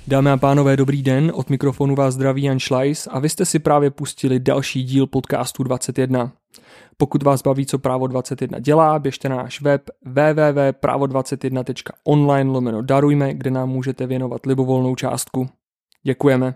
Dámy a pánové, dobrý den, od mikrofonu vás zdraví Jan Šlajs a vy jste si právě pustili další díl podcastu 21. Pokud vás baví, co Právo 21 dělá, běžte na náš web www.pravo21.online/darujme, kde nám můžete věnovat libovolnou částku. Děkujeme.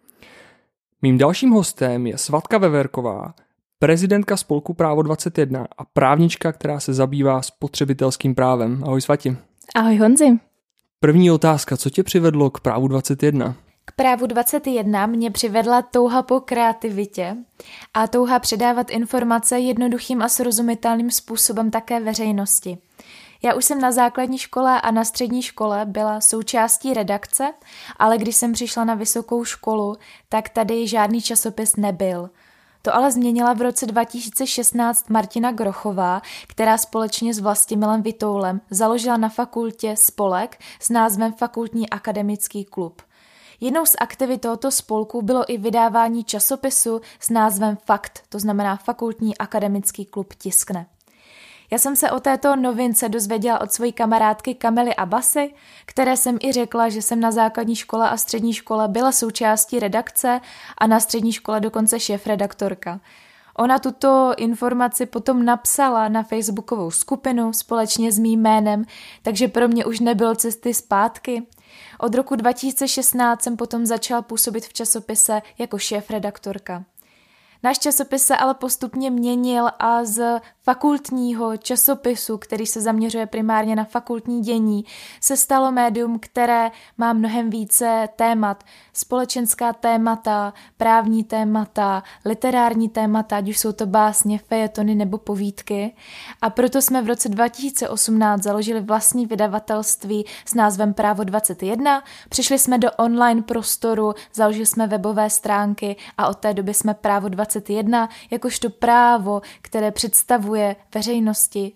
Mým dalším hostem je Svatka Veverková, prezidentka spolku Právo 21 a právnička, která se zabývá spotřebitelským právem. Ahoj Svati. Ahoj Honzi. První otázka, co tě přivedlo k Právu 21? K Právu 21 mě přivedla touha po kreativitě a touha předávat informace jednoduchým a srozumitelným způsobem také veřejnosti. Já už jsem na základní škole a na střední škole byla součástí redakce, ale když jsem přišla na vysokou školu, tak tady žádný časopis nebyl. To ale změnila v roce 2016 Martina Grochová, která společně s Vlastimilem Vitoulem založila na fakultě spolek s názvem Fakultní akademický klub. Jednou z aktivit tohoto spolku bylo i vydávání časopisu s názvem Fakt, to znamená Fakultní akademický klub tiskne. Já jsem se o této novince dozvěděla od své kamarádky Kamily Abasy, které jsem i řekla, že jsem na základní škole a střední škole byla součástí redakce a na střední škole dokonce šéfredaktorka. Ona tuto informaci potom napsala na facebookovou skupinu společně s mým jménem, takže pro mě už nebylo cesty zpátky. Od roku 2016 jsem potom začala působit v časopise jako šéfredaktorka. Náš časopis se ale postupně měnil a z fakultního časopisu, který se zaměřuje primárně na fakultní dění, se stalo médium, které má mnohem více témat. Společenská témata, právní témata, literární témata, ať už jsou to básně, fejetony nebo povídky. A proto jsme v roce 2018 založili vlastní vydavatelství s názvem Právo 21. Přišli jsme do online prostoru, založili jsme webové stránky a od té doby jsme Právo 21 jakožto právo, které představuje veřejnosti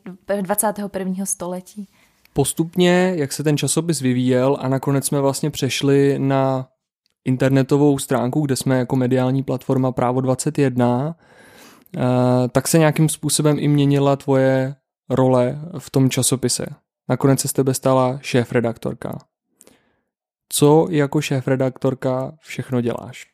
21. století. Postupně, jak se ten časopis vyvíjel a nakonec jsme vlastně přešli na internetovou stránku, kde jsme jako mediální platforma Právo 21, tak se nějakým způsobem i měnila tvoje role v tom časopise. Nakonec se z tebe stala šéfredaktorka. Co jako šéfredaktorka všechno děláš?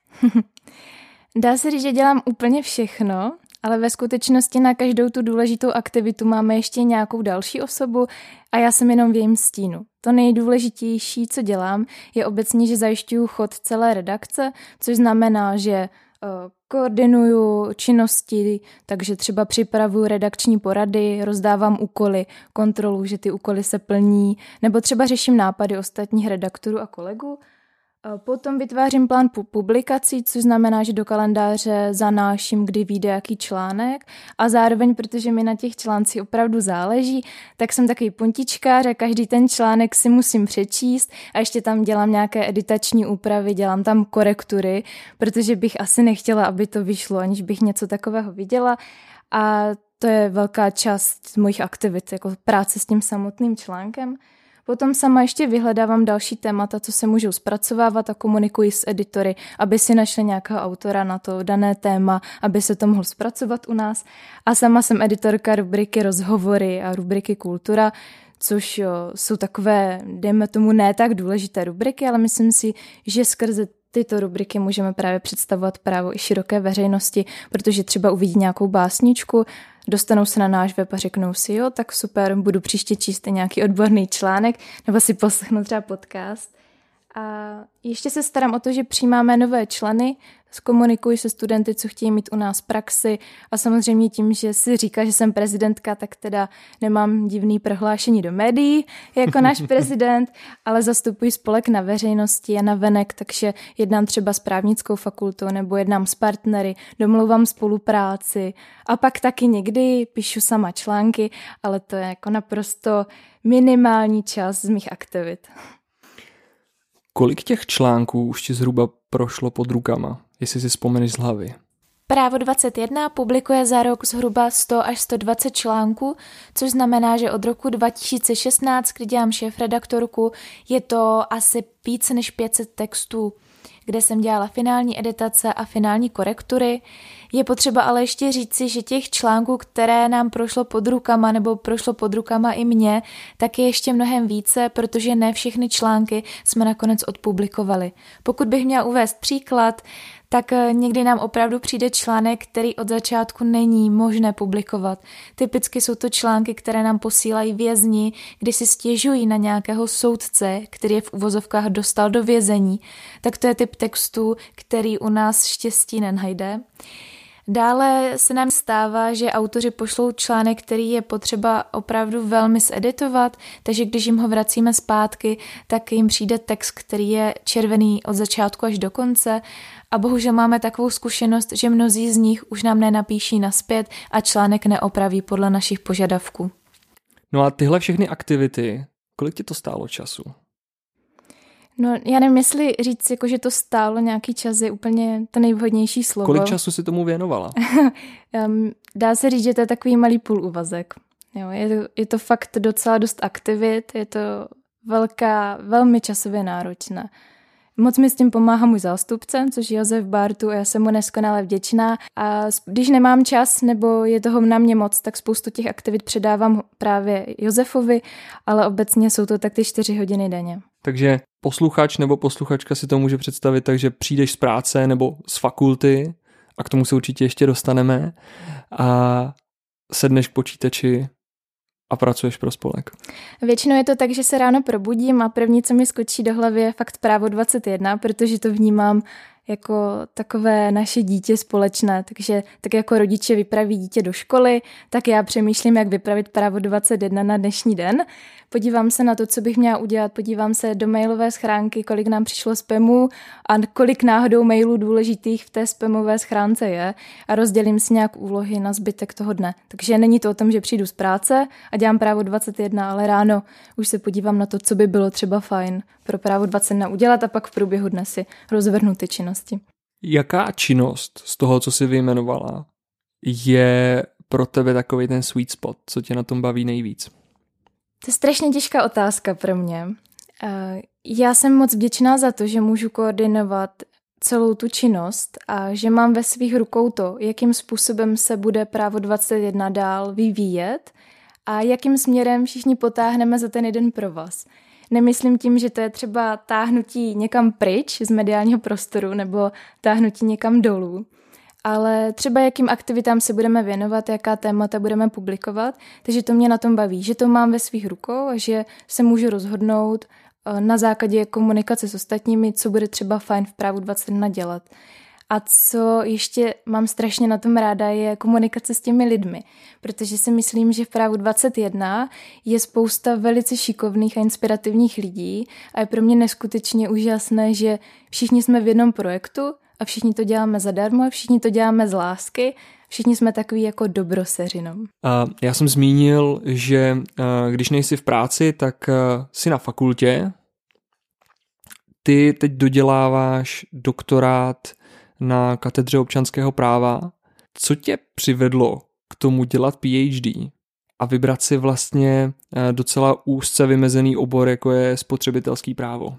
Dá se říct, že dělám úplně všechno, ale ve skutečnosti na každou tu důležitou aktivitu máme ještě nějakou další osobu a já jsem jenom v jejím stínu. To nejdůležitější, co dělám, je obecně, že zajišťuju chod celé redakce, což znamená, že koordinuju činnosti, takže třeba připravuju redakční porady, rozdávám úkoly, kontroluji, že ty úkoly se plní, nebo třeba řeším nápady ostatních redaktorů a kolegů. Potom vytvářím plán publikací, což znamená, že do kalendáře zanáším, kdy vyjde jaký článek a zároveň, protože mi na těch článcích opravdu záleží, tak jsem takový puntičkář a každý ten článek si musím přečíst a ještě tam dělám nějaké editační úpravy, dělám tam korektury, protože bych asi nechtěla, aby to vyšlo, aniž bych něco takového viděla a to je velká část mojich aktivit, jako práce s tím samotným článkem. Potom sama ještě vyhledávám další témata, co se můžou zpracovávat a komunikuji s editory, aby si našli nějakého autora na to dané téma, aby se to mohlo zpracovat u nás. A sama jsem editorka rubriky Rozhovory a rubriky Kultura, což jsou takové, dejme tomu, ne tak důležité rubriky, ale myslím si, že skrze tyto rubriky můžeme právě představovat právo i široké veřejnosti, protože třeba uvidí nějakou básničku, dostanou se na náš web a řeknou si, jo, tak super, budu příště číst nějaký odborný článek nebo si poslechnu třeba podcast. A ještě se starám o to, že přijímáme nové členy, komunikuji se studenty, co chtějí mít u nás praxi a samozřejmě tím, že si říká, že jsem prezidentka, tak teda nemám divný prohlášení do médií jako náš prezident, ale zastupuji spolek na veřejnosti a na venek, takže jednám třeba s právnickou fakultou nebo jednám s partnery, domlouvám spolupráci a pak taky někdy píšu sama články, ale to je jako naprosto minimální část z mých aktivit. Kolik těch článků už ti zhruba prošlo pod rukama, jestli si vzpomeneš z hlavy? Právo 21 publikuje za rok zhruba 100 až 120 článků, což znamená, že od roku 2016, kdy dělám šéfredaktorku, je to asi více než 500 textů. kde jsem dělala finální editace a finální korektury. Je potřeba ale ještě říci, že těch článků, které nám prošlo pod rukama nebo prošlo pod rukama i mě, tak je ještě mnohem více, protože ne všechny články jsme nakonec odpublikovali. Pokud bych měla uvést příklad, tak někdy nám opravdu přijde článek, který od začátku není možné publikovat. Typicky jsou to články, které nám posílají vězni, kdy si stěžují na nějakého soudce, který je v uvozovkách dostal do vězení. Tak to je typ textu, který u nás štěstí nenajde. Dále se nám stává, že autoři pošlou článek, který je potřeba opravdu velmi zeditovat, takže když jim ho vracíme zpátky, tak jim přijde text, který je červený od začátku až do konce a bohužel máme takovou zkušenost, že mnozí z nich už nám nenapíší nazpět a článek neopraví podle našich požadavků. No a tyhle všechny aktivity, kolik ti to stálo času? No, já nevím, jestli říct, jako, že to stálo nějaký čas, je úplně to nejvhodnější slovo. Kolik času si tomu věnovala? Dá se říct, že to je takový malý půlúvazek. Jo, je to fakt docela dost aktivit, je to velmi časově náročné. Moc mi s tím pomáhá můj zástupce, což je Josef Bartu a já jsem mu neskonale vděčná. A když nemám čas nebo je toho na mě moc, tak spoustu těch aktivit předávám právě Josefovi, ale obecně jsou to tak ty 4 hodiny denně. Takže posluchač nebo posluchačka si to může představit tak, že přijdeš z práce nebo z fakulty, a k tomu se určitě ještě dostaneme, a sedneš k počítači a pracuješ pro spolek. Většinou je to tak, že se ráno probudím a první, co mi skočí do hlavy, je fakt Právo 21, protože to vnímám jako takové naše dítě společné. Takže tak jako rodiče vypraví dítě do školy, tak já přemýšlím, jak vypravit Právo 21 na dnešní den. Podívám se na to, co bych měla udělat, podívám se do mailové schránky, kolik nám přišlo spamů a kolik náhodou mailů důležitých v té spamové schránce je a rozdělím si nějak úlohy na zbytek toho dne. Takže není to o tom, že přijdu z práce a dělám Právo 21, ale ráno už se podívám na to, co by bylo třeba fajn pro Právo 21 udělat a pak v průběhu dne si rozvrhnu ty činnosti. Jaká činnost z toho, co jsi vyjmenovala, je pro tebe takový ten sweet spot, co tě na tom baví nejvíc? To je strašně těžká otázka pro mě. Já jsem moc vděčná za to, že můžu koordinovat celou tu činnost a že mám ve svých rukou to, jakým způsobem se bude Právo 21 dál vyvíjet a jakým směrem všichni potáhneme za ten jeden provaz. Nemyslím tím, že to je třeba táhnutí někam pryč z mediálního prostoru nebo táhnutí někam dolů, ale třeba jakým aktivitám se budeme věnovat, jaká témata budeme publikovat, takže to mě na tom baví, že to mám ve svých rukou a že se můžu rozhodnout na základě komunikace s ostatními, co bude třeba fajn v Právu 21 dělat. A co ještě mám strašně na tom ráda, je komunikace s těmi lidmi, protože si myslím, že v Právu 21 je spousta velice šikovných a inspirativních lidí a je pro mě neskutečně úžasné, že všichni jsme v jednom projektu a všichni to děláme zadarmo, všichni to děláme z lásky, všichni jsme takový jako dobroseři. Já jsem zmínil, že když nejsi v práci, tak jsi na fakultě. Ty teď doděláváš doktorát na katedře občanského práva. Co tě přivedlo k tomu dělat PhD a vybrat si vlastně docela úzce vymezený obor, jako je spotřebitelský právo?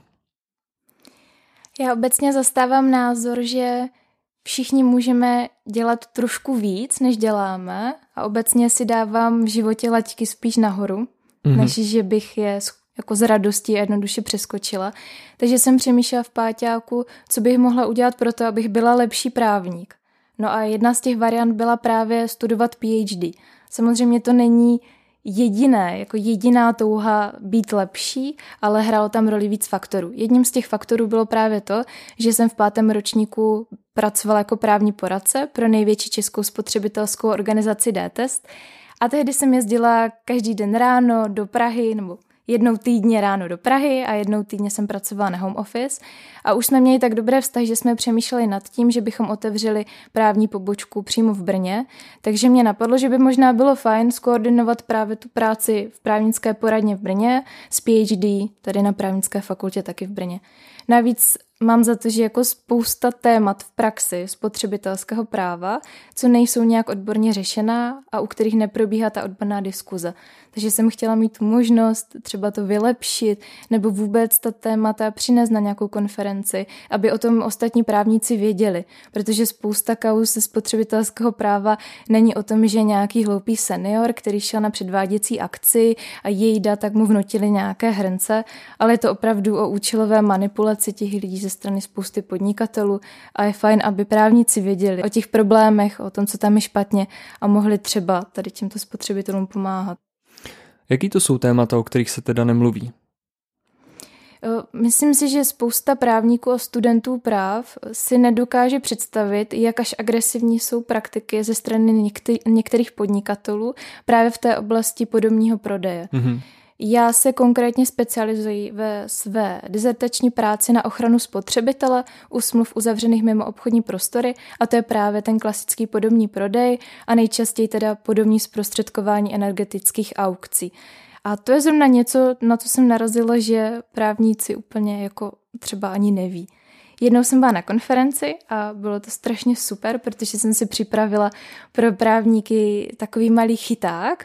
Já obecně zastávám názor, že všichni můžeme dělat trošku víc, než děláme a obecně si dávám v životě laťky spíš nahoru, než že bych je jako z radostí a jednoduše přeskočila. Takže jsem přemýšlela v páťáku, co bych mohla udělat pro to, abych byla lepší právník. No a jedna z těch variant byla právě studovat PhD. Samozřejmě to není jediná touha být lepší, ale hrálo tam roli víc faktorů. Jedním z těch faktorů bylo právě to, že jsem v 5. ročníku pracovala jako právní poradce pro největší českou spotřebitelskou organizaci D-Test a tehdy jsem jezdila každý den ráno do Prahy, nebo jednou týdně ráno do Prahy a jednou týdně jsem pracovala na home office a už jsme měli tak dobré vztahy, že jsme přemýšleli nad tím, že bychom otevřeli právní pobočku přímo v Brně, takže mě napadlo, že by možná bylo fajn skoordinovat právě tu práci v právnické poradně v Brně s PhD, tady na právnické fakultě taky v Brně. Navíc mám za to, že jako spousta témat v praxi spotřebitelského práva, co nejsou nějak odborně řešená a u kterých neprobíhá ta odborná diskuze. Takže jsem chtěla mít možnost třeba to vylepšit nebo vůbec ta témata přinést na nějakou konferenci, aby o tom ostatní právníci věděli, protože spousta kauz ze spotřebitelského práva není o tom, že nějaký hloupý senior, který šel na předváděcí akci a jejda, tak mu vnutili nějaké hrnce, ale je to opravdu o účelové manipulaci těch lidí ze strany spousty podnikatelů a je fajn, aby právníci věděli o těch problémech, o tom, co tam je špatně a mohli třeba tady těmto spotřebitelům pomáhat. Jaký to jsou témata, o kterých se teda nemluví? Myslím si, že spousta právníků a studentů práv si nedokáže představit, jak až agresivní jsou praktiky ze strany některých podnikatelů právě v té oblasti podomního prodeje. Mm-hmm. Já se konkrétně specializuji ve své dizertační práci na ochranu spotřebitele u smluv uzavřených mimo obchodní prostory a to je právě ten klasický podomní prodej a nejčastěji teda podomní zprostředkování energetických aukcí. A to je zrovna něco, na co jsem narazila, že právníci úplně jako třeba ani neví. Jednou jsem byla na konferenci a bylo to strašně super, protože jsem si připravila pro právníky takový malý chyták.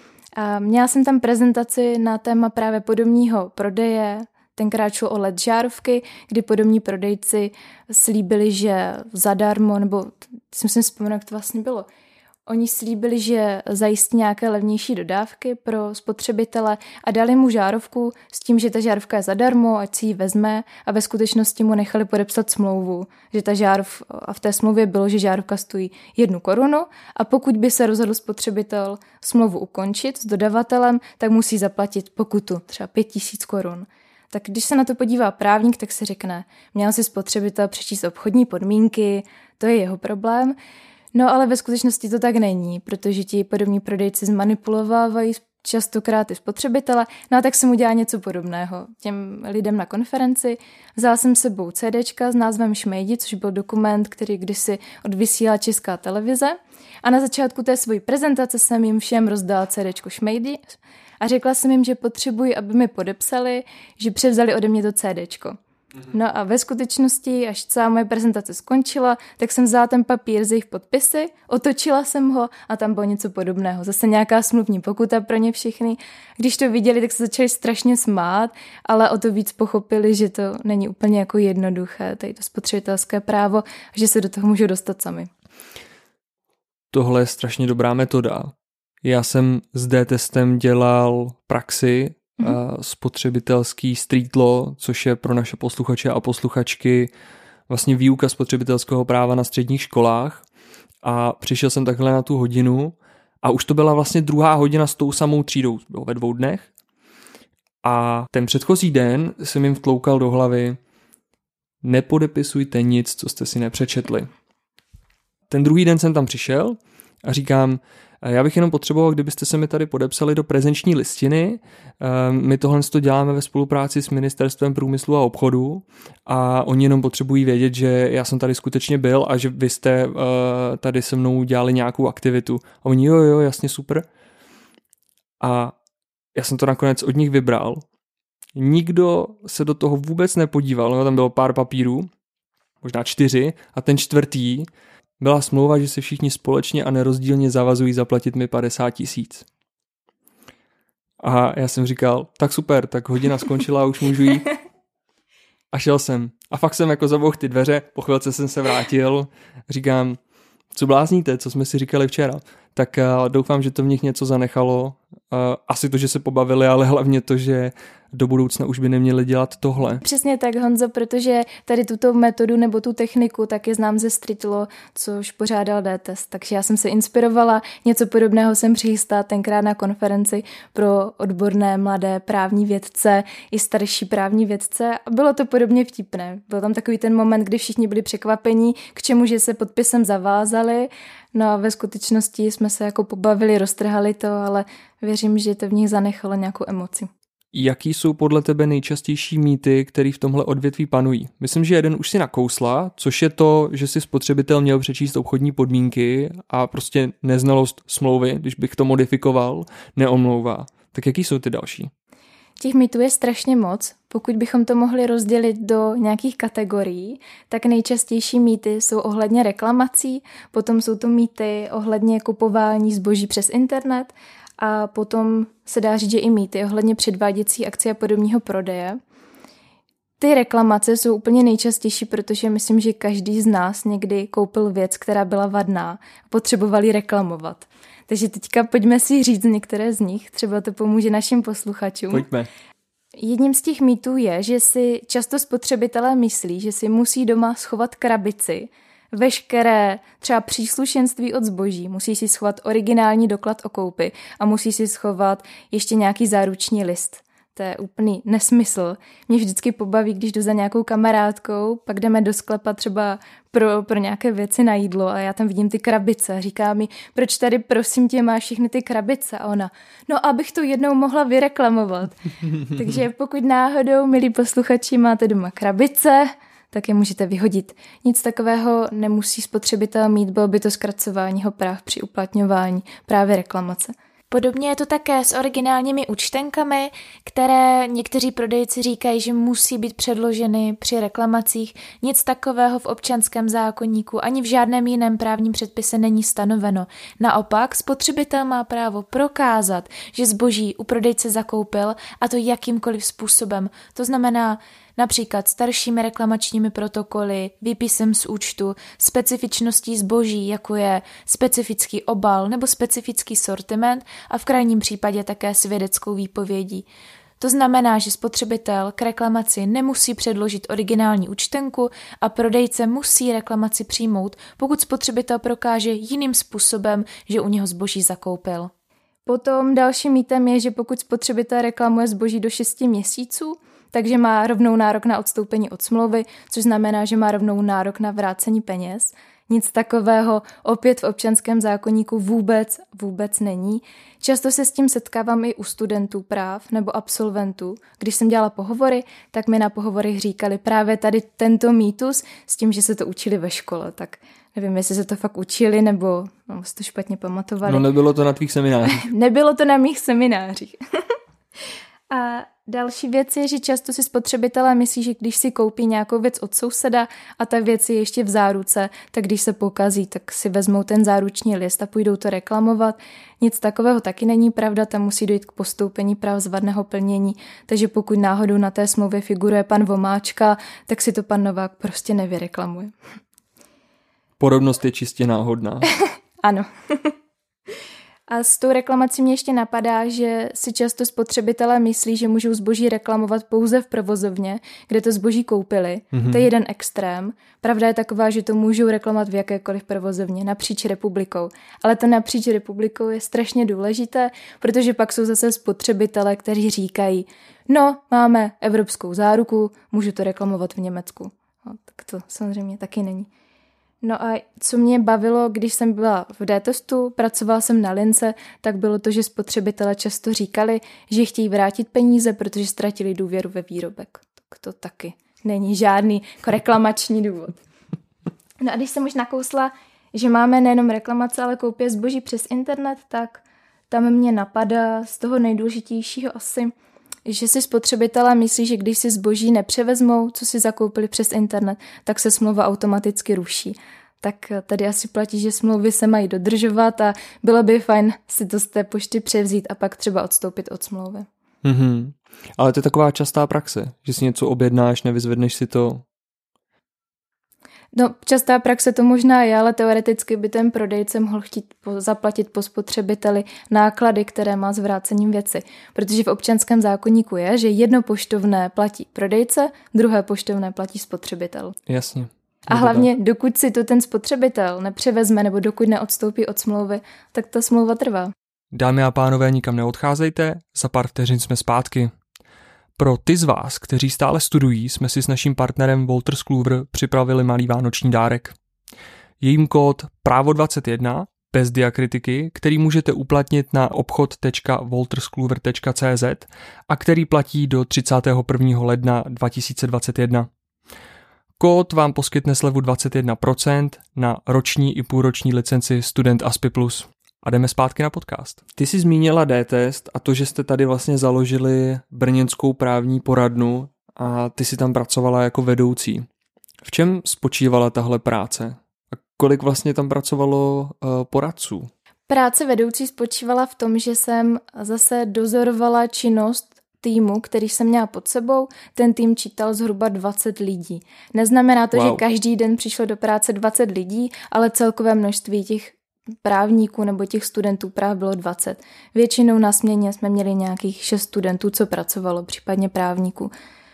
A měla jsem tam prezentaci na téma právě podomního prodeje, tenkrát šlo o LED žárovky, kdy podomní prodejci slíbili, že zadarmo, nebo si musím vzpomenout, jak to vlastně bylo. Oni slíbili, že zajistí nějaké levnější dodávky pro spotřebitele a dali mu žárovku s tím, že ta žárovka je zadarmo, ať si ji vezme a ve skutečnosti mu nechali podepsat smlouvu, že a v té smlouvě bylo, že žárovka stojí 1 korunu a pokud by se rozhodl spotřebitel smlouvu ukončit s dodavatelem, tak musí zaplatit pokutu, třeba 5 000 korun. Tak když se na to podívá právník, tak si řekne, měl si spotřebitel přečíst obchodní podmínky, to je jeho problém. No ale ve skutečnosti to tak není, protože ti podomní prodejci zmanipulovávají častokrát i spotřebitele, no a tak jsem udělala něco podobného těm lidem na konferenci. Vzala jsem sebou CDčka s názvem Šmejdi, což byl dokument, který kdysi odvysílala Česká televize a na začátku té své prezentace jsem jim všem rozdala CDčko Šmejdi a řekla jsem jim, že potřebuji, aby mi podepsali, že převzali ode mě to CDčko. No a ve skutečnosti, až celá moje prezentace skončila, tak jsem vzala ten papír z jejich podpisy, otočila jsem ho a tam bylo něco podobného. Zase nějaká smluvní pokuta pro ně všechny. Když to viděli, tak se začali strašně smát, ale o to víc pochopili, že to není úplně jako jednoduché, tady to spotřebitelské právo, že se do toho můžou dostat sami. Tohle je strašně dobrá metoda. Já jsem s D-testem dělal praxi, spotřebitelský street law, což je pro naše posluchače a posluchačky vlastně výuka spotřebitelského práva na středních školách a přišel jsem takhle na tu hodinu a už to byla vlastně druhá hodina s tou samou třídou, bylo ve 2 dnech a ten předchozí den jsem jim vtloukal do hlavy nepodepisujte nic, co jste si nepřečetli. Ten druhý den jsem tam přišel a říkám, já bych jenom potřeboval, kdybyste se mi tady podepsali do prezenční listiny. My tohle děláme ve spolupráci s Ministerstvem průmyslu a obchodu a oni jenom potřebují vědět, že já jsem tady skutečně byl a že vy jste tady se mnou dělali nějakou aktivitu. A oni jo, jasně, super. A já jsem to nakonec od nich vybral. Nikdo se do toho vůbec nepodíval, no, tam bylo pár papírů, možná 4 a ten 4. byla smlouva, že se všichni společně a nerozdílně zavazují zaplatit mi 50 000. A já jsem říkal, tak super, tak hodina skončila a už můžu jít. A šel jsem. A fakt jsem jako zabouhl ty dveře, po chvilce jsem se vrátil, říkám, co blázníte, co jsme si říkali včera. Tak doufám, že to v nich něco zanechalo. Asi to, že se pobavili, ale hlavně to, že do budoucna už by neměli dělat tohle. Přesně tak, Honzo, protože tady tuto metodu nebo tu techniku taky znám ze Street Law, což pořádal D-test. Takže já jsem se inspirovala, něco podobného jsem přichystala tenkrát na konferenci pro odborné mladé právní vědce i starší právní vědce a bylo to podobně vtipné. Byl tam takový ten moment, kdy všichni byli překvapení, k čemu, že se podpisem zavázali. No a ve skutečnosti jsme se jako pobavili, roztrhali to, ale věřím, že to v nich zanechalo nějakou emoci. Jaký jsou podle tebe nejčastější mýty, které v tomhle odvětví panují? Myslím, že jeden už si nakousla, což je to, že si spotřebitel měl přečíst obchodní podmínky a prostě neznalost smlouvy, když bych to modifikoval, neomlouvá. Tak jaký jsou ty další? Těch mýtů je strašně moc. pokud bychom to mohli rozdělit do nějakých kategorií, tak nejčastější mýty jsou ohledně reklamací, potom jsou to mýty ohledně kupování zboží přes internet a potom se dá říct, že i mýty ohledně předváděcí akce a podobného prodeje. Ty reklamace jsou úplně nejčastější, protože myslím, že každý z nás někdy koupil věc, která byla vadná a potřeboval ji reklamovat. Takže teďka pojďme si říct některé z nich, třeba to pomůže našim posluchačům. Pojďme. Jedním z těch mýtů je, že si často spotřebitelé myslí, že si musí doma schovat krabici, veškeré třeba příslušenství od zboží, musí si schovat originální doklad o koupi a musí si schovat ještě nějaký záruční list. To je úplný nesmysl. Mě vždycky pobaví, když jdu za nějakou kamarádkou, pak jdeme do sklepa třeba pro nějaké věci na jídlo a já tam vidím ty krabice a říká mi, proč tady prosím tě máš všechny ty krabice? A ona, no abych to jednou mohla vyreklamovat. Takže pokud náhodou, milí posluchači, máte doma krabice, tak je můžete vyhodit. Nic takového nemusí spotřebitel mít, bylo by to zkracování jeho práv při uplatňování právě reklamace. Podobně je to také s originálními účtenkami, které někteří prodejci říkají, že musí být předloženy při reklamacích. Nic takového v občanském zákoníku ani v žádném jiném právním předpise není stanoveno. Naopak, spotřebitel má právo prokázat, že zboží u prodejce zakoupil, a to jakýmkoliv způsobem. To znamená například staršími reklamačními protokoly, výpisem z účtu, specifičností zboží, jako je specifický obal nebo specifický sortiment a v krajním případě také svědeckou výpovědí. To znamená, že spotřebitel k reklamaci nemusí předložit originální účtenku a prodejce musí reklamaci přijmout, pokud spotřebitel prokáže jiným způsobem, že u něho zboží zakoupil. Potom dalším mýtem je, že pokud spotřebitel reklamuje zboží do 6 měsíců, takže má rovnou nárok na odstoupení od smlouvy, což znamená, že má rovnou nárok na vrácení peněz. Nic takového opět v občanském zákoníku vůbec není. Často se s tím setkávám i u studentů práv nebo absolventů. Když jsem dělala pohovory, tak mi na pohovorech říkali právě tady tento mýtus s tím, že se to učili ve škole. Tak nevím, jestli se to fakt učili nebo si to špatně pamatovali. No nebylo to na tvých seminářích. Nebylo to na mých seminářích. A další věc je, že často si spotřebitelé myslí, že když si koupí nějakou věc od souseda a ta věc je ještě v záruce, tak když se pokazí, tak si vezmou ten záruční list a půjdou to reklamovat. Nic takového taky není pravda, tam musí dojít k postoupení práv z vadného plnění, takže pokud náhodou na té smlouvě figuruje pan Vomáčka, tak si to pan Novák prostě nevyreklamuje. Podobnost je čistě náhodná. Ano. A s tou reklamací mě ještě napadá, že si často spotřebitelé myslí, že můžou zboží reklamovat pouze v provozovně, kde to zboží koupili. Mm-hmm. To je jeden extrém. Pravda je taková, že to můžou reklamovat v jakékoliv provozovně, napříč republikou. Ale to napříč republikou je strašně důležité, protože pak jsou zase spotřebitelé, kteří říkají, no, máme evropskou záruku, můžu to reklamovat v Německu. No, tak to samozřejmě taky není. No a co mě bavilo, když jsem byla v D-testu, pracovala jsem na lince, tak bylo to, že spotřebitelé často říkali, že chtějí vrátit peníze, protože ztratili důvěru ve výrobek. Tak to taky není žádný reklamační důvod. No a když jsem už nakousla, že máme nejenom reklamace, ale koupě zboží přes internet, tak tam mě napadá z toho nejdůležitějšího asi, že si spotřebitelé myslí, že když si zboží nepřevezmou, co si zakoupili přes internet, tak se smlouva automaticky ruší. Tak tady asi platí, že smlouvy se mají dodržovat a bylo by fajn si to z té pošty převzít a pak třeba odstoupit od smlouvy. Mm-hmm. Ale to je taková častá praxe, že si něco objednáš, nevyzvedneš si to. No, častá praxe to možná je, ale teoreticky by ten prodejce mohl chtít zaplatit po spotřebiteli náklady, které má s vrácením věci. Protože v občanském zákoníku je, že jedno poštovné platí prodejce, druhé poštovné platí spotřebitel. Jasně. A hlavně, dokud si to ten spotřebitel nepřevezme nebo dokud neodstoupí od smlouvy, tak ta smlouva trvá. Dámy a pánové, nikam neodcházejte, za pár vteřin jsme zpátky. Pro ty z vás, kteří stále studují, jsme si s naším partnerem Wolters Kluwer připravili malý vánoční dárek. Je jim kód PRÁVO21 bez diakritiky, který můžete uplatnit na obchod.wolterskluwer.cz a který platí do 31. ledna 2021. Kód vám poskytne slevu 21% na roční i půlroční licenci Student Aspi+. A jdeme zpátky na podcast. Ty jsi zmínila D-test a to, že jste tady vlastně založili brněnskou právní poradnu a ty si tam pracovala jako vedoucí. V čem spočívala tahle práce? A kolik vlastně tam pracovalo poradců? Práce vedoucí spočívala v tom, že jsem zase dozorovala činnost týmu, který jsem měla pod sebou. Ten tým čítal zhruba 20 lidí. Neznamená to, že každý den přišlo do práce 20 lidí, ale celkové množství těch právníků nebo těch studentů práv bylo 20. Většinou na směně jsme měli nějakých 6 studentů, co pracovalo, případně právníků.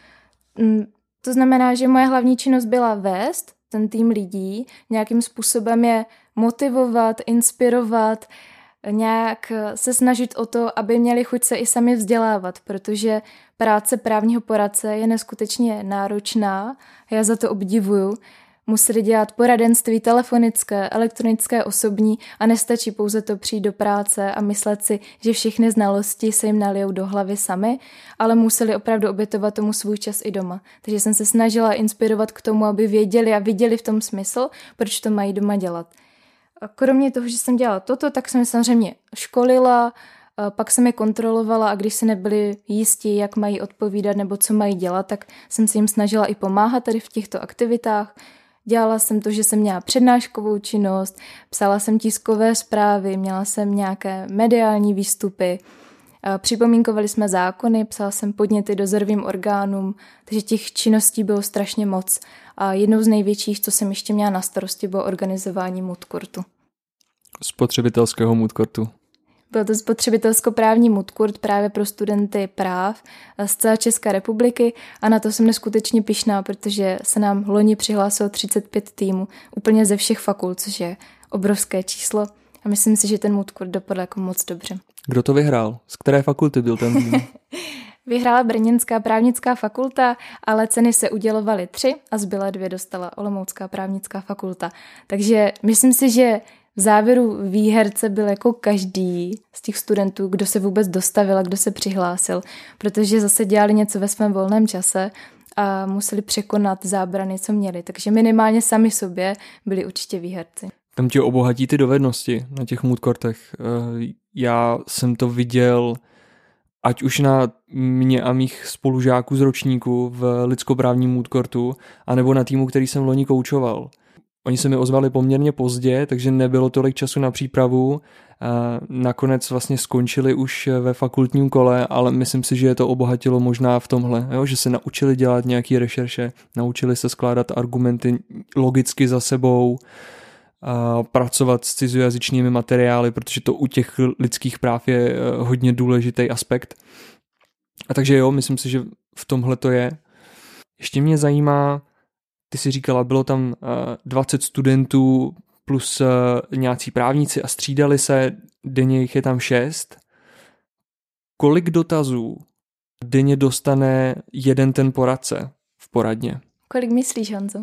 To znamená, že moje hlavní činnost byla vést ten tým lidí, nějakým způsobem je motivovat, inspirovat, nějak se snažit o to, aby měli chuť se i sami vzdělávat, protože práce právního poradce je neskutečně náročná, já za to obdivuju. Museli dělat poradenství telefonické, elektronické, osobní a nestačí pouze to přijít do práce a myslet si, že všechny znalosti se jim nalijou do hlavy sami, ale museli opravdu obětovat tomu svůj čas i doma. Takže jsem se snažila inspirovat k tomu, aby věděli a viděli v tom smysl, proč to mají doma dělat. A kromě toho, že jsem dělala toto, tak jsem samozřejmě školila, pak jsem je kontrolovala a když se nebyli jistí, jak mají odpovídat nebo co mají dělat, tak jsem se jim snažila i pomáhat tady v těchto aktivitách. Dělala jsem to, že jsem měla přednáškovou činnost, psala jsem tiskové zprávy, měla jsem nějaké mediální výstupy, připomínkovali jsme zákony, psala jsem podněty dozorovým orgánům, takže těch činností bylo strašně moc. A jednou z největších, co jsem ještě měla na starosti, bylo organizování mood courtu. Spotřebitelského mood courtu. Byl to spotřebitelsko-právní mood court právě pro studenty práv z celé České republiky a na to jsem neskutečně pyšná, protože se nám loni přihlásilo 35 týmů úplně ze všech fakult, což je obrovské číslo a myslím si, že ten mood court dopadl jako moc dobře. Kdo to vyhrál? Z které fakulty byl ten tým? Vyhrála Brněnská právnická fakulta, ale ceny se udělovaly 3 a zbylé 2 dostala Olomoucká právnická fakulta. Takže myslím si, že v závěru výherce byl jako každý z těch studentů, kdo se vůbec dostavil a kdo se přihlásil, protože zase dělali něco ve svém volném čase a museli překonat zábrany, co měli. Takže minimálně sami sobě byli určitě výherci. Tam tě obohatí ty dovednosti na těch mood courtech. Já jsem to viděl ať už na mě a mých spolužáků z ročníku v lidskoprávním mood courtu, anebo na týmu, který jsem loni koučoval. Oni se mi ozvali poměrně pozdě, takže nebylo tolik času na přípravu. Nakonec vlastně skončili už ve fakultním kole, ale myslím si, že je to obohatilo možná v tomhle, jo? Že se naučili dělat nějaké rešerše, naučili se skládat argumenty logicky za sebou, pracovat s cizojazyčnými materiály, protože to u těch lidských práv je hodně důležitý aspekt. A takže jo, myslím si, že v tomhle to je. Ještě mě zajímá, ty jsi říkala, bylo tam 20 studentů plus nějací právníci a střídali se, denně jich je tam 6. Kolik dotazů denně dostane jeden ten poradce v poradně? Kolik myslíš, Honzo?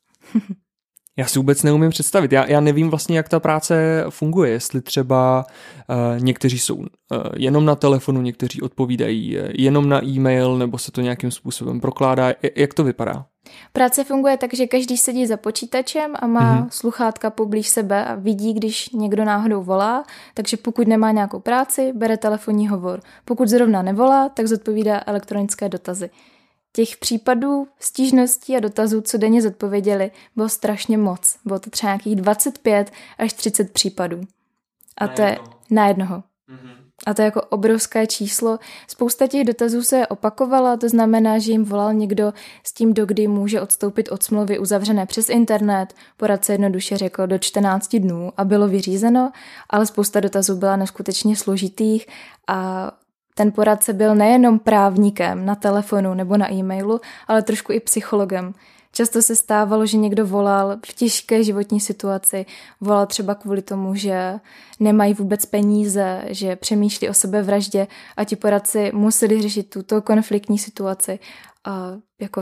Já si vůbec neumím představit. Já nevím vlastně, jak ta práce funguje. Jestli třeba někteří jsou jenom na telefonu, někteří odpovídají jenom na e-mail, nebo se to nějakým způsobem prokládá. Jak to vypadá? Práce funguje tak, že každý sedí za počítačem a má sluchátka poblíž sebe a vidí, když někdo náhodou volá, takže pokud nemá nějakou práci, bere telefonní hovor. Pokud zrovna nevolá, tak zodpovídá elektronické dotazy. Těch případů, stížností a dotazů, co denně zodpověděli, bylo strašně moc. Bylo to třeba nějakých 25 až 30 případů. A to je na jednoho. A to je jako obrovské číslo. Spousta těch dotazů se opakovala, to znamená, že jim volal někdo s tím, dokdy může odstoupit od smlouvy uzavřené přes internet. Poradce jednoduše řekl do 14 dnů a bylo vyřízeno, ale spousta dotazů byla neskutečně složitých a ten poradce byl nejenom právníkem na telefonu nebo na e-mailu, ale trošku i psychologem. Často se stávalo, že někdo volal v těžké životní situaci, volal třeba kvůli tomu, že nemají vůbec peníze, že přemýšlí o sebevraždě a ti poradci museli řešit tuto konfliktní situaci a jako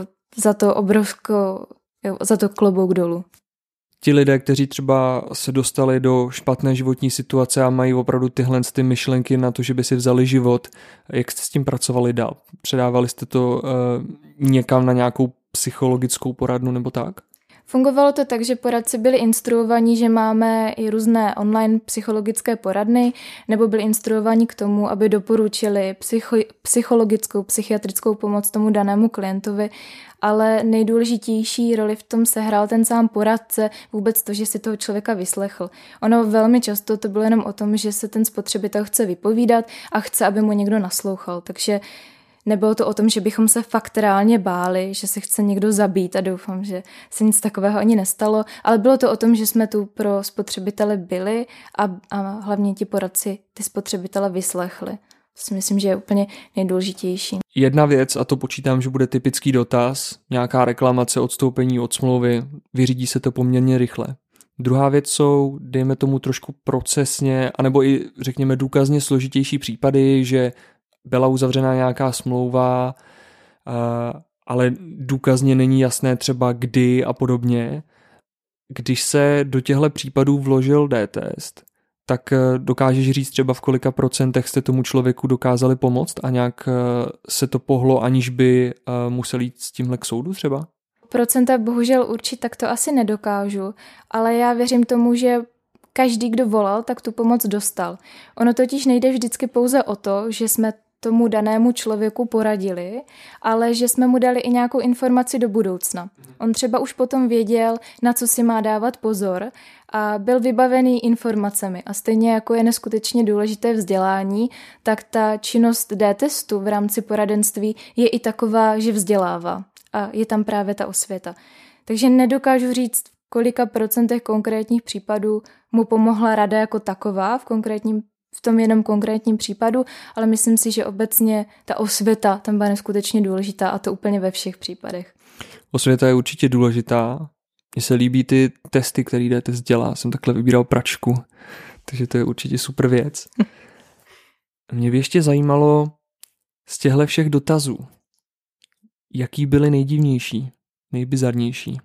za to klobouk dolů. Ti lidé, kteří třeba se dostali do špatné životní situace a mají opravdu tyhle ty myšlenky na to, že by si vzali život, jak jste s tím pracovali dál? Předávali jste to někam na nějakou psychologickou poradnu nebo tak? Fungovalo to tak, že poradci byli instruovaní, že máme i různé online psychologické poradny, nebo byli instruovaní k tomu, aby doporučili psychologickou, psychiatrickou pomoc tomu danému klientovi, ale nejdůležitější roli v tom sehrál ten sám poradce, vůbec to, že si toho člověka vyslechl. Ono velmi často to bylo jenom o tom, že se ten spotřebitel chce vypovídat a chce, aby mu někdo naslouchal, takže nebylo to o tom, že bychom se fakt reálně báli, že se chce někdo zabít a doufám, že se nic takového ani nestalo, ale bylo to o tom, že jsme tu pro spotřebitele byli a hlavně ti poradci ty spotřebitele vyslechli. To si myslím, že je úplně nejdůležitější. Jedna věc, a to počítám, že bude typický dotaz, nějaká reklamace, odstoupení od smlouvy, vyřídí se to poměrně rychle. Druhá věc jsou, dejme tomu trošku procesně, anebo i řekněme důkazně složitější případy, že byla uzavřena nějaká smlouva, ale důkazně není jasné třeba kdy a podobně. Když se do těchto případů vložil D-test, tak dokážeš říct třeba v kolika procentech jste tomu člověku dokázali pomoct a nějak se to pohlo, aniž by musel jít s tímhle k soudu třeba? Procenta bohužel určit tak to asi nedokážu, ale já věřím tomu, že každý, kdo volal, tak tu pomoc dostal. Ono totiž nejde vždycky pouze o to, že jsme tomu danému člověku poradili, ale že jsme mu dali i nějakou informaci do budoucna. On třeba už potom věděl, na co si má dávat pozor a byl vybavený informacemi. A stejně jako je neskutečně důležité vzdělání, tak ta činnost D-testu v rámci poradenství je i taková, že vzdělává. A je tam právě ta osvěta. Takže nedokážu říct, v kolika procentech konkrétních případů mu pomohla rada jako taková v tom jenom konkrétním případu, ale myslím si, že obecně ta osvěta tam byla neskutečně důležitá a to úplně ve všech případech. Osvěta je určitě důležitá. Mně se líbí ty testy, který D-test dělá. Jsem takhle vybíral pračku, takže to je určitě super věc. Mě by ještě zajímalo z těchto všech dotazů, jaký byly nejdivnější, nejbizarnější?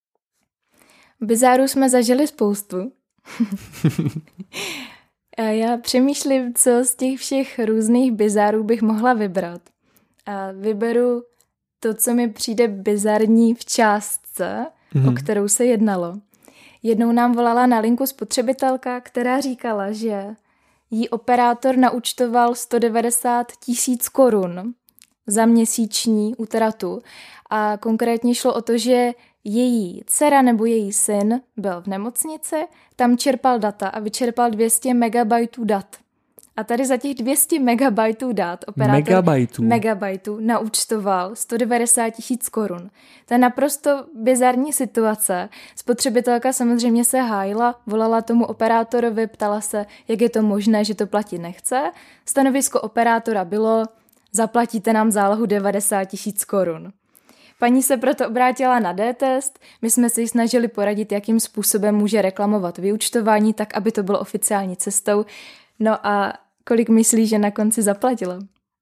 Bizárů jsme zažili spoustu. A já přemýšlím, co z těch všech různých bizárů bych mohla vybrat. A vyberu to, co mi přijde bizarní v částce, o kterou se jednalo. Jednou nám volala na linku spotřebitelka, která říkala, že jí operátor naúčtoval 190 000 korun za měsíční útratu a konkrétně šlo o to, že její dcera nebo její syn byl v nemocnici, tam čerpal data a vyčerpal 200 megabajtů dat. A tady za těch 200 megabajtů dat operátor megabajtů naúčtoval 190 000 korun. To je naprosto bizarní situace. Spotřebitelka samozřejmě se hájila, volala tomu operátorovi, ptala se, jak je to možné, že to platit nechce. Stanovisko operátora bylo, zaplatíte nám zálohu 90 000 korun. Paní se proto obrátila na D-test, my jsme se jí snažili poradit, jakým způsobem může reklamovat vyúčtování, tak aby to bylo oficiální cestou. No a kolik myslíš, že na konci zaplatila?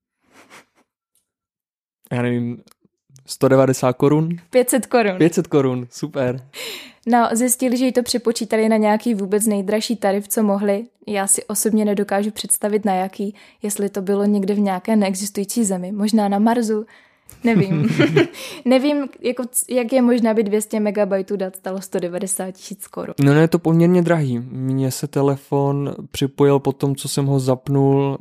Já nevím, 190 korun? 500 korun. 500 korun, super. No, zjistili, že jí to připočítali na nějaký vůbec nejdražší tarif, co mohli. Já si osobně nedokážu představit na jaký, jestli to bylo někde v nějaké neexistující zemi, možná na Marsu. Nevím. Nevím, jak je možné, aby 200 megabajtů dat stalo 190 000 korun. No je to poměrně drahý. Mně se telefon připojil po tom, co jsem ho zapnul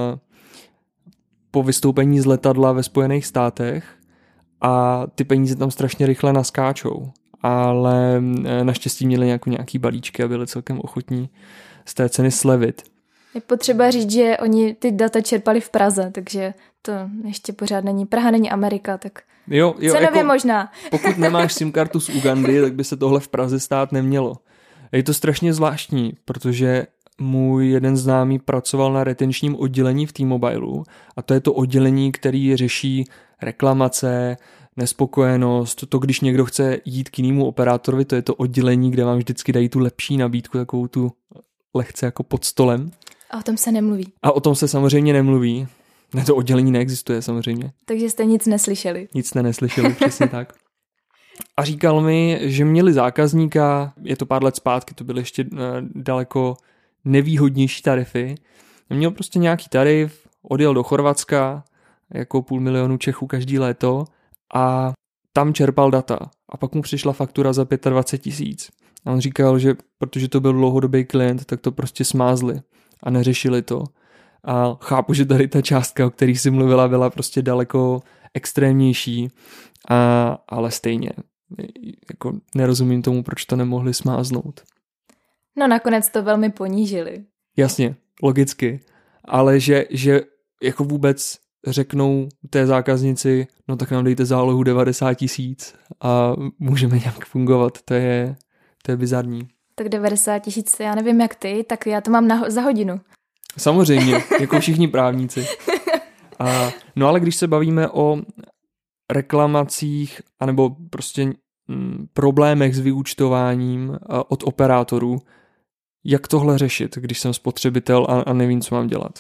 po vystoupení z letadla ve Spojených státech a ty peníze tam strašně rychle naskáčou. Ale naštěstí měli nějaký balíčky a byli celkem ochotní z té ceny slevit. Je potřeba říct, že oni ty data čerpali v Praze, takže to ještě pořád není. Praha není Amerika, tak jo, cenově jako, možná. Pokud nemáš SIM kartu z Ugandy, tak by se tohle v Praze stát nemělo. Je to strašně zvláštní, protože můj jeden známý pracoval na retenčním oddělení v T-Mobileu a to je to oddělení, který řeší reklamace, nespokojenost, to když někdo chce jít k jinému operátorovi, to je to oddělení, kde vám vždycky dají tu lepší nabídku, takovou tu lehce jako pod stolem. A o tom se nemluví. A o tom se samozřejmě nemluví. To oddělení neexistuje samozřejmě. Takže jste nic neslyšeli. Nic jste neslyšeli, přesně tak. A říkal mi, že měli zákazníka, je to pár let zpátky, to byly ještě daleko nevýhodnější tarify. Měl prostě nějaký tarif, odjel do Chorvatska, jako 500 000 Čechů každý léto a tam čerpal data a pak mu přišla faktura za 25 000. A on říkal, že protože to byl dlouhodobý klient, tak to prostě smázli a neřešili to. A chápu, že tady ta částka, o který jsi mluvila, byla prostě daleko extrémnější, ale stejně jako nerozumím tomu, proč to nemohli smáznout. No nakonec to velmi ponížili. Jasně, logicky, ale že jako vůbec řeknou té zákaznici, no tak nám dejte zálohu 90 000 a můžeme nějak fungovat, to je bizarní. Tak 90 000, já nevím jak ty, tak já to mám za hodinu. Samozřejmě, jako všichni právníci. No ale když se bavíme o reklamacích anebo prostě problémech s vyúčtováním od operátorů, jak tohle řešit, když jsem spotřebitel a nevím, co mám dělat?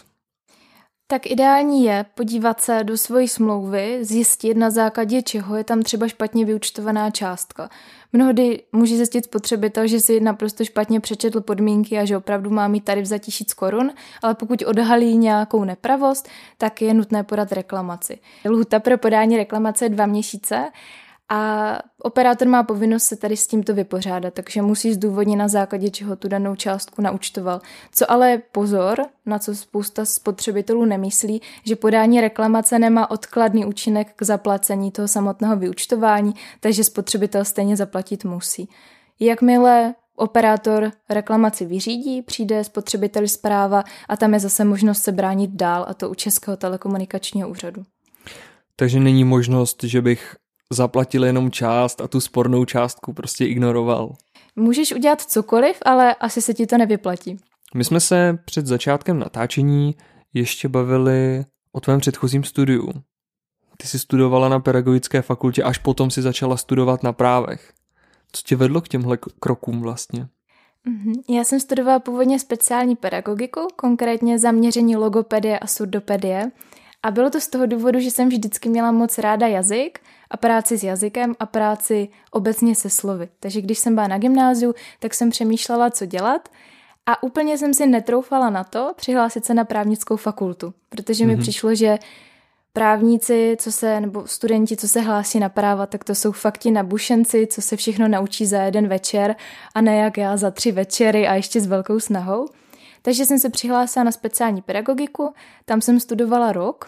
Tak ideální je podívat se do svojí smlouvy, zjistit na základě čeho je tam třeba špatně vyúčtovaná částka. Mnohdy může zjistit spotřebitel, že si naprosto špatně přečetl podmínky a že opravdu má mít tarif za 1000 korun, ale pokud odhalí nějakou nepravost, tak je nutné podat reklamaci. Lhůta pro podání reklamace je 2 měsíce a operátor má povinnost se tady s tímto vypořádat, takže musí zdůvodnit na základě čeho tu danou částku naúčtoval. Co ale pozor, na co spousta spotřebitelů nemyslí, že podání reklamace nemá odkladný účinek k zaplacení toho samotného vyúčtování, takže spotřebitel stejně zaplatit musí. Jakmile operátor reklamaci vyřídí, přijde spotřebiteli zpráva a tam je zase možnost se bránit dál, a to u Českého telekomunikačního úřadu. Takže není možnost, že bych zaplatil jenom část a tu spornou částku prostě ignoroval. Můžeš udělat cokoliv, ale asi se ti to nevyplatí. My jsme se před začátkem natáčení ještě bavili o tvém předchozím studiu. Ty jsi studovala na pedagogické fakultě, až potom si začala studovat na právech. Co tě vedlo k těmhle krokům vlastně? Já jsem studovala původně speciální pedagogiku, konkrétně zaměření logopedie a surdopedie. A bylo to z toho důvodu, že jsem vždycky měla moc ráda jazyk a práci s jazykem a práci obecně se slovy. Takže když jsem byla na gymnáziu, tak jsem přemýšlela, co dělat a úplně jsem si netroufala na to přihlásit se na právnickou fakultu, protože mi přišlo, že právníci, nebo studenti, co se hlásí na práva, tak to jsou fakt ti nabušenci, co se všechno naučí za jeden večer a ne jak já za 3 večery a ještě s velkou snahou. Takže jsem se přihlásila na speciální pedagogiku, tam jsem studovala rok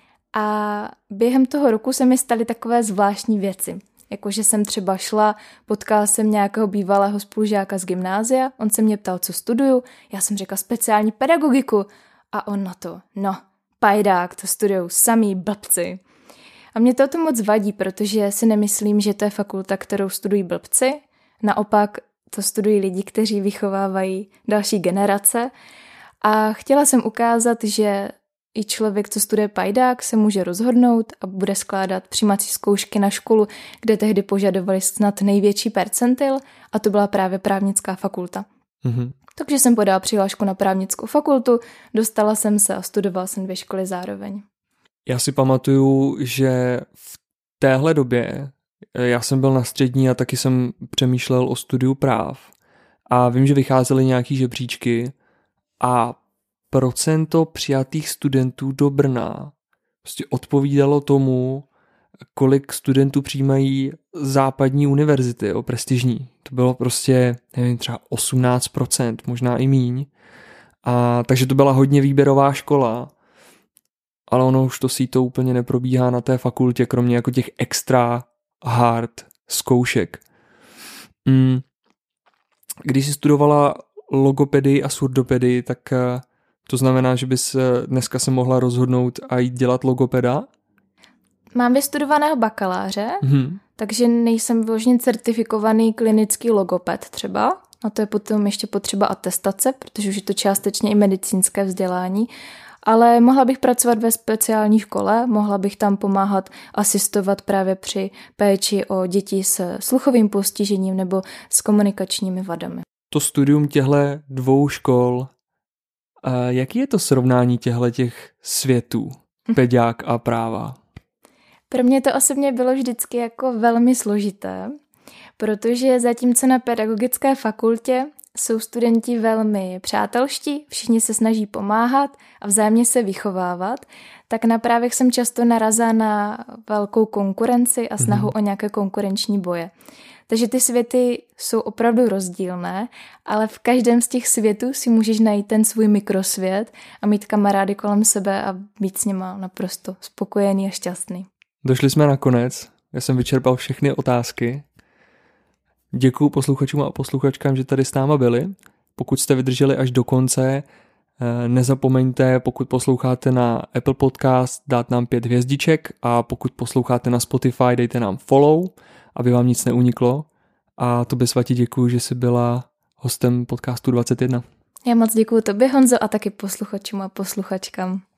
a během toho roku se mi staly takové zvláštní věci. Jakože jsem třeba šla, potkala jsem nějakého bývalého spolužáka z gymnázia, on se mě ptal, co studuju, já jsem řekla speciální pedagogiku a on na to, pajdák, to studujou samý blbci. A mě to moc vadí, protože si nemyslím, že to je fakulta, kterou studují blbci, naopak to studují lidi, kteří vychovávají další generace a chtěla jsem ukázat, že i člověk, co studuje pajdák, se může rozhodnout a bude skládat přijímací zkoušky na školu, kde tehdy požadovali snad největší percentil a to byla právě právnická fakulta. Takže jsem podala přihlášku na právnickou fakultu, dostala jsem se a studovala jsem 2 školy zároveň. Já si pamatuju, že v téhle době já jsem byl na střední a taky jsem přemýšlel o studiu práv a vím, že vycházely nějaký žebříčky a procento přijatých studentů do Brna prostě odpovídalo tomu, kolik studentů přijímají západní univerzity, prestižní. To bylo prostě, nevím, třeba 18%, možná i míň. A takže to byla hodně výběrová škola, ale ono už to síto úplně neprobíhá na té fakultě, kromě jako těch extra hard zkoušek. Když jsi studovala logopedii a surdopedii, tak to znamená, že bys dneska se mohla rozhodnout a jít dělat logopeda? Mám vystudovaného bakaláře, takže nejsem vyloženě certifikovaný klinický logoped třeba. A to je potom ještě potřeba atestace, protože už je to částečně i medicínské vzdělání. Ale mohla bych pracovat ve speciální škole, mohla bych tam pomáhat asistovat právě při péči o děti s sluchovým postižením nebo s komunikačními vadami. To studium těchto 2 škol, jaký je to srovnání těch světů, pedák a práva? Pro mě to osobně bylo vždycky jako velmi složité, protože zatímco na pedagogické fakultě Jsou studenti velmi přátelští, všichni se snaží pomáhat a vzájemně se vychovávat, tak na právech jsem často narazila na velkou konkurenci a snahu o nějaké konkurenční boje. Takže ty světy jsou opravdu rozdílné, ale v každém z těch světů si můžeš najít ten svůj mikrosvět a mít kamarády kolem sebe a být s nima naprosto spokojený a šťastný. Došli jsme na konec. Já jsem vyčerpal všechny otázky. Děkuju posluchačům a posluchačkám, že tady s náma byli. Pokud jste vydrželi až do konce, nezapomeňte, pokud posloucháte na Apple Podcast, dát nám 5 hvězdiček a pokud posloucháte na Spotify, dejte nám follow, aby vám nic neuniklo. A tobě, Svati, děkuju, že jsi byla hostem podcastu 21. Já moc děkuju tobě, Honzo, a taky posluchačům a posluchačkám.